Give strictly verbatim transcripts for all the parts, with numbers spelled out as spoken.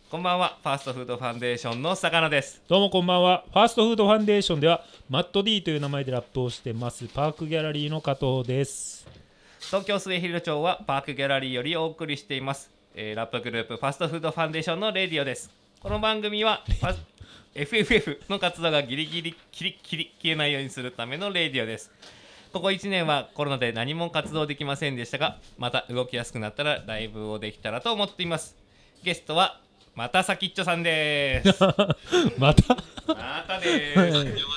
こんばんは。ファーストフードファンデーションの坂野です。 どうもこんばんは。ファーストフードファンデーションではマット D という名前でラップをしてますパークギャラリーの加藤です。 東京末広町はパークギャラリーよりお送りしています、えー、ラップグループファーストフードファンデーションのレディオです。この番組はエフエフエフ の活動がギリギリキリキリ消えないようにするためのレディオです。ここいちねんはコロナで何も活動できませんでしたが、また動きやすくなったらライブをできたらと思っています。ゲストはまたさきっちょさんです。 またまたです。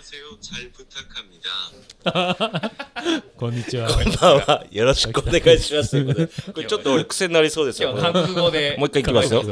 こんにちは。 こんばんは。よろしくお願いしますということで、これちょっと俺癖になりそうですよ。 今日韓国語でもう一回いきますよ。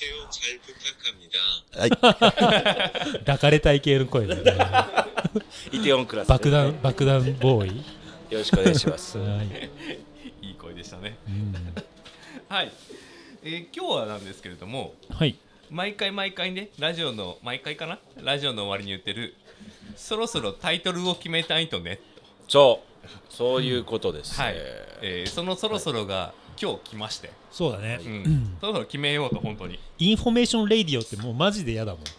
はい。 抱かれたい系の声で、ね、 イテウォンクラス、 ね、爆弾爆弾ボーイ。 よろしくお願いします。 はい。 いい声でしたね。 うん、 はい。えー、今日はなんですけれども、 はい、 毎回毎回ね、ラジオの毎回かなラジオの終わりに言ってるそろそろタイトルを決めたいとねそうそういうことです、 うん、はい、えー、そのそろそろが、はい、今日来まして、 そうだね、 うん、そろそろ決めようと。本当にインフォメーションレディオってもうマジで嫌だもん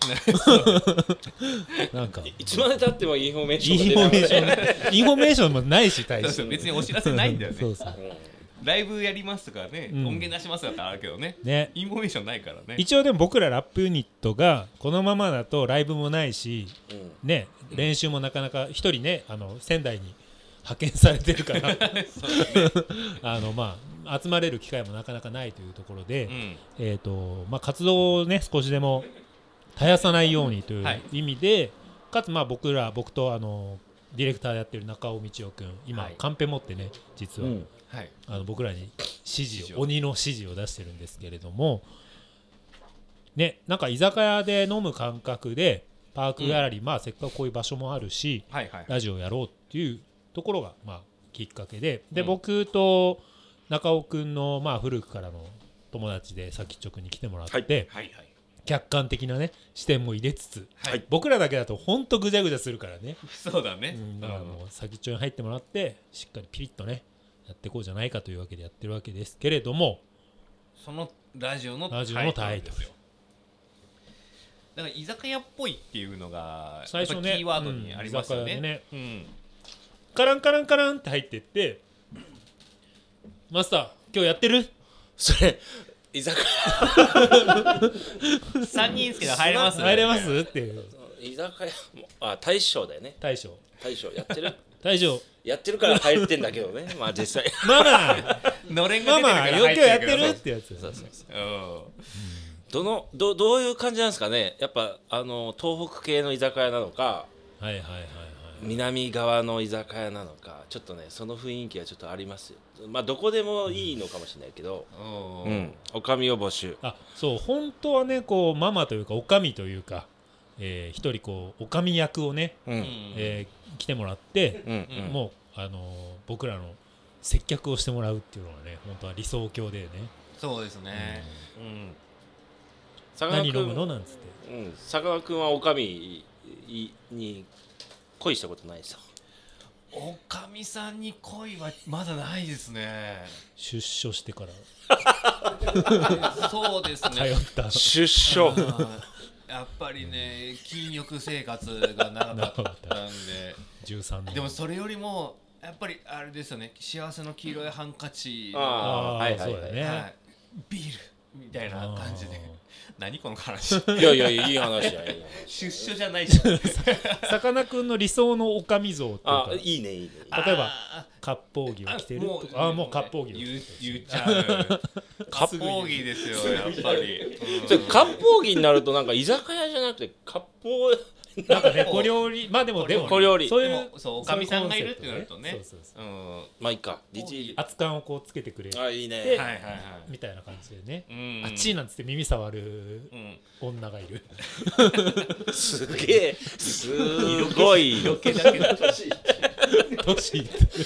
なんかい, いつまでたってもインフォメーションインフォメーションインフォメーションもないし大して別にお知らせないんだよねそうそう、 ライブやりますとかね、うん、音源出しますとかあるけどね、ね、インフォメーションないからね。 一応でも僕らラップユニットがこのままだとライブもないし、うん、ね、練習もなかなか一人ね、あの仙台に派遣されてるからあの、まあ、集まれる機会もなかなかないというところで、うん、えーとまあ、活動をね少しでも絶やさないようにという意味で、はい、かつまあ僕ら僕とあのディレクターやってる中尾道夫君今、はい、カンペ持ってね実は、うん、はい、あの僕らに指示を鬼の指示を出してるんですけれどもね、なんか居酒屋で飲む感覚でパークギャラリー、うん、まあせっかくこういう場所もあるし、はいはい、ラジオやろうっていうところがまあきっかけで、で、うん、僕と中尾くんのまあ古くからの友達でさきっちょくんに来てもらって、はいはいはい、客観的なね視点も入れつつ、はい、僕らだけだとほんとぐちゃぐちゃするからね。 そうだね、 うん、だからもうさきっちょに入ってもらってしっかりピリッとねやっていこうじゃないかというわけでやってるわけですけれども、 そのラジオのタイトルですよ。だから居酒屋っぽいっていうのが最初ねキーワードにありましたよね。うん、ね、うん、 カランカランカランって入ってってマスター今日やってる？ それ居酒屋さんにんですけど入れます？ 入れますっていう居酒屋もあ大将だよね。 大将大将やってる大将やってるから入ってんだけどねまあ実際ママのれんが出てるから入ってるけど、ママ今日やってるってやつ。そうそうそう、うん、 どの ど, どういう感じなんですかね。やっぱあの東北系の居酒屋なのか、 はいはいはいはい、 南側の居酒屋なのか、ちょっとねその雰囲気はちょっとありますよ。まあどこでもいいのかもしれないけど、うん、うん、おかみを募集。 あ、そう本当はねこうママというかおかみというか、えー、一人こうおかみ役をね、うん、えー、来てもらって、うんうん、もうあのー、僕らの接客をしてもらうっていうのがね本当は理想郷でね。 そうですね、うんうん、 何飲むのなんつって、 うん、坂野くんはおかみに恋したことないですよ。 おかみさんに恋はまだないですね。 出所してからそうですね、 通った出所やっぱりね禁欲生活が長かったんでじゅうさんねん。 でもそれよりもやっぱりあれですよね、幸せの黄色いハンカチの、 ああ、はいはいはい、ね、はい、 ビールみたいな感じで何この話いやいやいい話や出所じゃないじゃんさかなクンの理想のおかみ像っていうか、 あいいねいいね、 例えば割烹着を着てるとか、あもう割烹着を言っちゃう割烹着ですよやっぱり、 うん、割烹着になるとなんか居酒屋じゃなくて割烹なんかね小料理、まあでもでも小料理そういうそうおかみさんがいるってなるとね、 そうそうそう、うん、まあいいか熱燗をこうつけてくれて、 あいいね、 はいはいはいみたいな感じでね、うん、あっちなんつって耳触る女がいる、 うん、すげえすごい色気だけだ年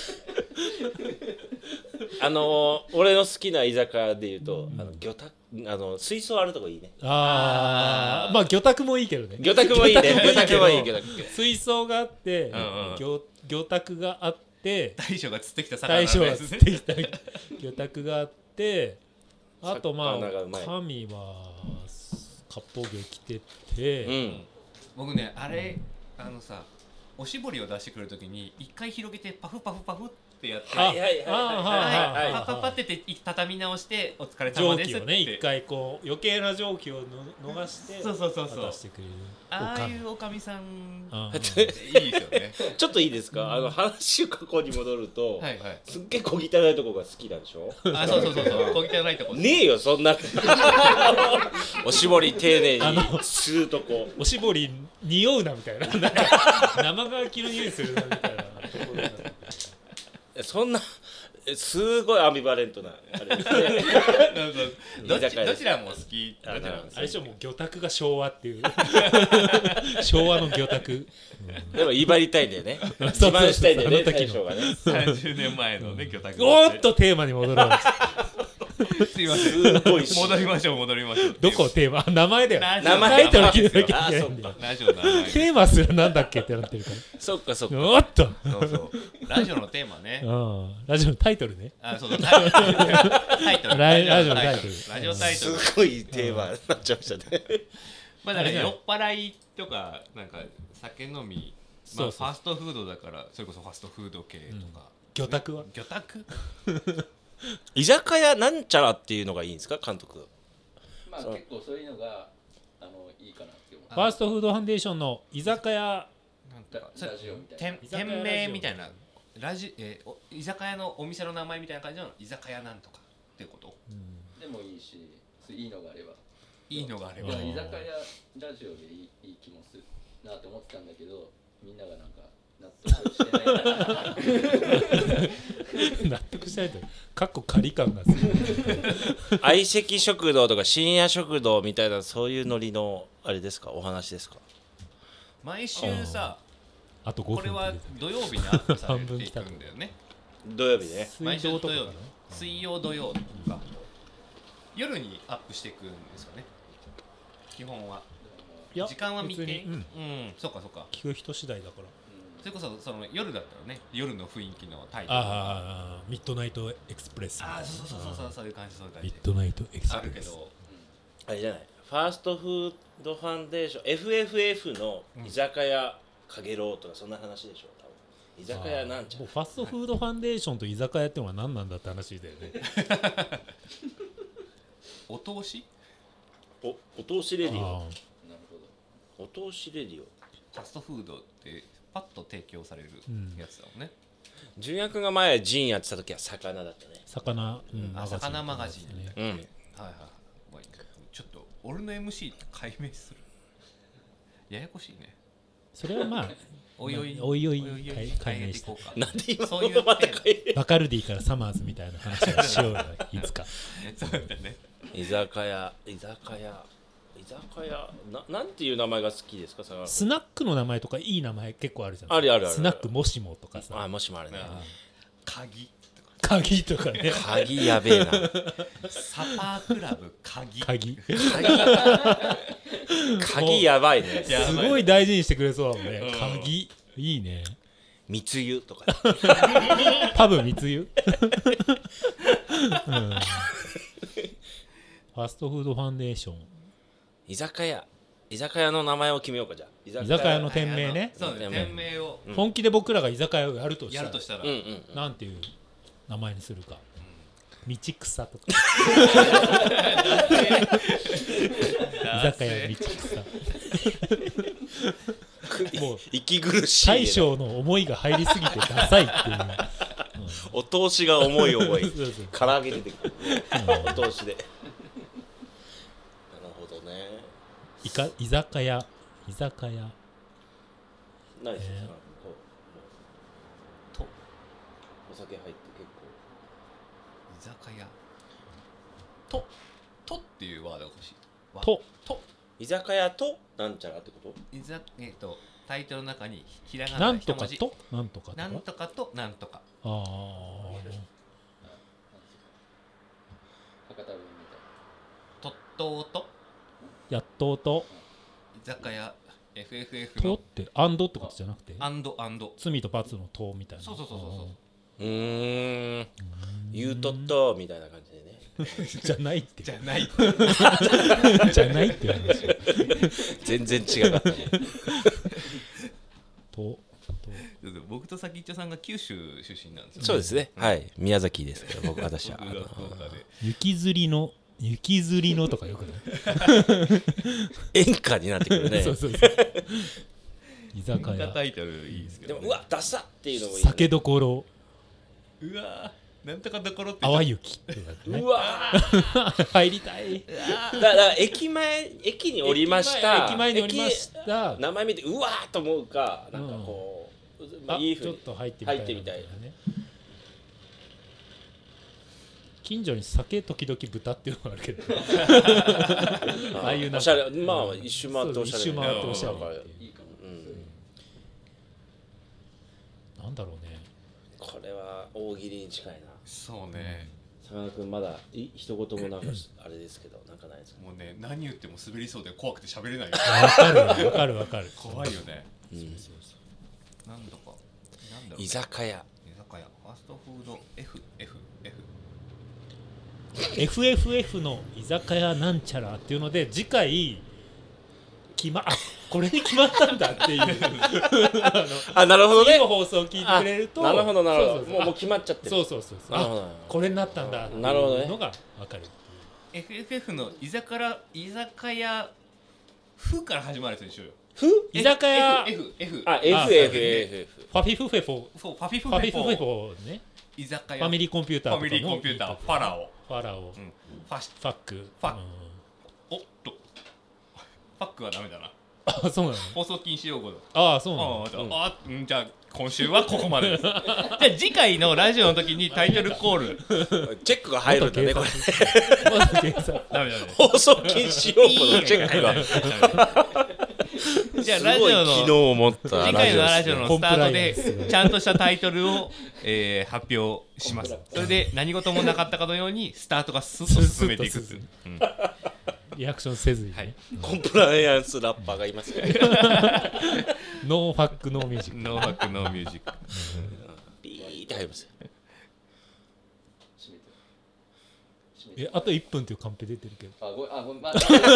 あのー、俺の好きな居酒屋でいうと、うん、あの魚拓あの水槽あるとこいいね。 ああまあ魚拓もいいけどね。 魚拓もいいね。魚拓もいいけど水槽があって、うんうん、魚魚拓があって大将が釣ってきた魚大将が釣ってきた魚拓があって、あとまあ神は割烹着を着てて、 うん、 僕ねあれあのさおしぼりを出してくるときに一回広げてパフパフパフってやって、 はいはいはいはいはいパッパッパってって畳み直してお疲れ様ですって蒸気をね一回こう余計な蒸気を逃してそうそうそうそう渡してくれるああいうおかみさんあいいですよねちょっといいですか、あの話を過去に戻ると、 はいはいすっげえ小汚いとこが好きなんでしょ。 あそうそうそうそう小汚いとこねえよそんなおしぼり丁寧に吸うとこおしぼり匂うなみたいななんか生乾きの匂いするなみたいなそんなすごいアンビバレントなあれですねどっちどちらも好きあれでしょもう魚拓が昭和っていう昭和の魚拓、 うん、でも威張りたいんだよね自慢したいんだよね大将がねさんじゅうねんまえのね魚拓おーっとテーマに戻ろうすいません戻りましょう戻りましょうどこテーマ名前だよ名前タイトル聞いてなきゃいけないんだよラジオの名前テーマすらなんだっけってなってるからそっかそっかおっとそうそうラジオのテーマねラジオのタイトルねあそうそうタイトルラジオのタイトルラジオタイトルすごいテーマになっちゃいましたねまあだから酔っ払いとかなんか酒飲みまあファストフードだからそれこそファストフード系とか魚拓は魚拓居酒屋なんちゃらっていうのがいいんですか監督。 まあ結構そういうのがあのいいかなって思う。 ファーストフードファンデーションの居酒屋なんとかラジオみたいな。 店名みたいなラジ、えー、居酒屋のお店の名前みたいな感じの居酒屋なんとかっていうこと、うん、 でもいいしいいのがあればいいのがあれば居酒屋ラジオでいい、いい気もするなって思ってたんだけどみんながなんか納得してない納得しないとかっこ仮感がする相席食堂とか深夜食堂みたいなそういうノリのあれですかお話ですか。 毎週さあとごふんこれは土曜日にアップされていくんだよね土曜日ね毎週土曜日水曜土曜とか夜にアップしていくんですよね基本は。時間は未定、うん、うん、そうかそうか聞く人次第だからそれこそその夜だったらね夜の雰囲気のタイトルああミッドナイトエクスプレスああそうそうそうそうそういう感じそういう感じミッドナイトエクスプレスあるけど、 あれじゃないファーストフードファンデーション エフエフエフ の居酒屋かげろうとかそんな話でしょ多分居酒屋なんちゃう。 ファストフードファンデーションと居酒屋ってのは何なんだって話だよねお通しおお通しレディオ。 なるほどお通しレディオファストフードってパッと提供されるやつだもんね。 純也君が前ジンやってた時は魚だったね。 魚、うん、 あ魚マガジンね。 うん。はいはい。ちょっと俺の エムシー 解明する。ややこしいね。 それはまあおいおいおいおい解明していこうか。 なんで今そういうまたバカルディからサマーズみたいな話をしようよいつか。 そうだね。 居酒屋居酒屋居酒屋 な, なんていう名前が好きですか。 スナックの名前とかいい名前結構あるじゃん。 あるあるある。 スナックもしもとかさ。 あもしもあるね。 鍵鍵とかね。 鍵やべえな。 サパークラブ鍵鍵鍵やばいね。 すごい大事にしてくれそうだもんね。鍵いいね。 密輸とか。 パブ密輸。うんファストフードファンデーション居酒屋居酒屋の名前を決めようか。じゃあ居酒屋の店名ね。 そうね店名を、 うん、本気で僕らが居酒屋をやるとしたらやるとしたら、 うんうんうん、 なんていう名前にするか、うん、道草とか居酒屋道草もう息苦しい大将の思いが入りすぎてダサいっていう、うん、 お通しが重い重い唐揚げ出てくる、うん、お通しでなるほどね。 いか居酒屋居酒屋ないですよ、 えー、 とお酒入って結構居酒屋ととっていうワードが欲しい。 とと居酒屋となんちゃらってこと。 居酒えっとタイトルの中にひらがななんとかとなんとかとなんとかとなんとか。 ああ博多弁みとっとうとやっとうと居酒屋 エフエフエフ のとってアンドってことじゃなくてアンドアンド罪と罰のとみたいな。 そうそうそうそうそう。 うーんゆうとっとみたいな感じでね。 じゃないってじゃないじゃないって話全然違かったねと僕と先っちょさんが九州出身なんですよ。 そうですね、はい宮崎ですけど僕私は僕が福岡で雪吊りの雪吊りのとかよくない演歌になってくるねそうそうそう居酒演歌屋タイトルいいですけど、ね、 でもうわダサっていうのもいい、ね、 酒どころうわーなんとかどころって淡雪っていうかねうわ入りたいだから駅前駅に降りました駅前に降りました駅名前見てうわーと思うかなんかこう、まあ、 あいいふうにちょっと入ってみたい入ってみたいね近所に酒時々豚っていうのがあるけどああいうなんかおしゃれまあ一周回っておしゃれそう一周回っておしゃれなんかいいかも。 うんなんだろうねこれは大喜利に近いなそうね、 佐賀君まだい一言もなんかあれですけどなんかないですかもうね何言っても滑りそうで怖くて喋れないよわかるわかるわかる怖いよね。 うんなんだかなんだろう、 居酒屋居酒屋ファーストフード エフエフエフエフエフエフ の居酒屋なんちゃらっていうので次回決まあこれに決まったんだっていうあのあなるほどね次の放送を聞いてくれるとなるほどなるほどそうそうそうもうもう決まっちゃってるそうそうそうそうなるほどあこれになったんだっていうなるほどねのが分かるエフエフエフ の居酒屋居酒屋フから始まるやつにしようよ。 ふ居酒屋エフエフエフあ エフエフエフエフファフィフフェフォそうファフィフファフフェフィフフェフォォね居酒屋ファミリーコンピューターとかもファミリーコンピューターファラオ、 ファラオうん、ファシファックファうんおっとファックはダメだなあそうなの放送禁止用語だ。 ああそうなのあ、うん、あうんじゃあ今週はここまでですじゃあ次回のラジオの時にタイトルコールチェックが入るんだねこれ元警察ダメダメ放送禁止用語のチェックがじゃあすごいラジオの機能を持った次回のラジオののスタートコンプライアンスでちゃんとしたタイトルを、えー発表します。それで何事もなかったかのようにスタートがスッと進めていくっていう、うんリアクションせずにね、 はいコンプライアンスラッパーがいますねノーファックノーミュージックノーファックノーミュージックピーって入りますよ閉めて閉めてえあといっぷんっていうカンペ出てるけどあごめんあごめんま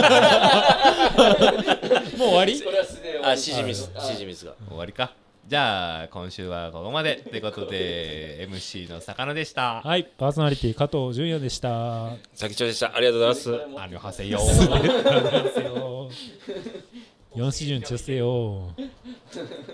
もう終わりこれは素で終わりあシジミスあシジミスが終わりか。じゃあ今週はここまでということで エムシー の魚でした。 はいパーソナリティ加藤純也でした先長でしたありがとうございますこれもありがとうございます。 안녕하세요. 연시 준 주세요.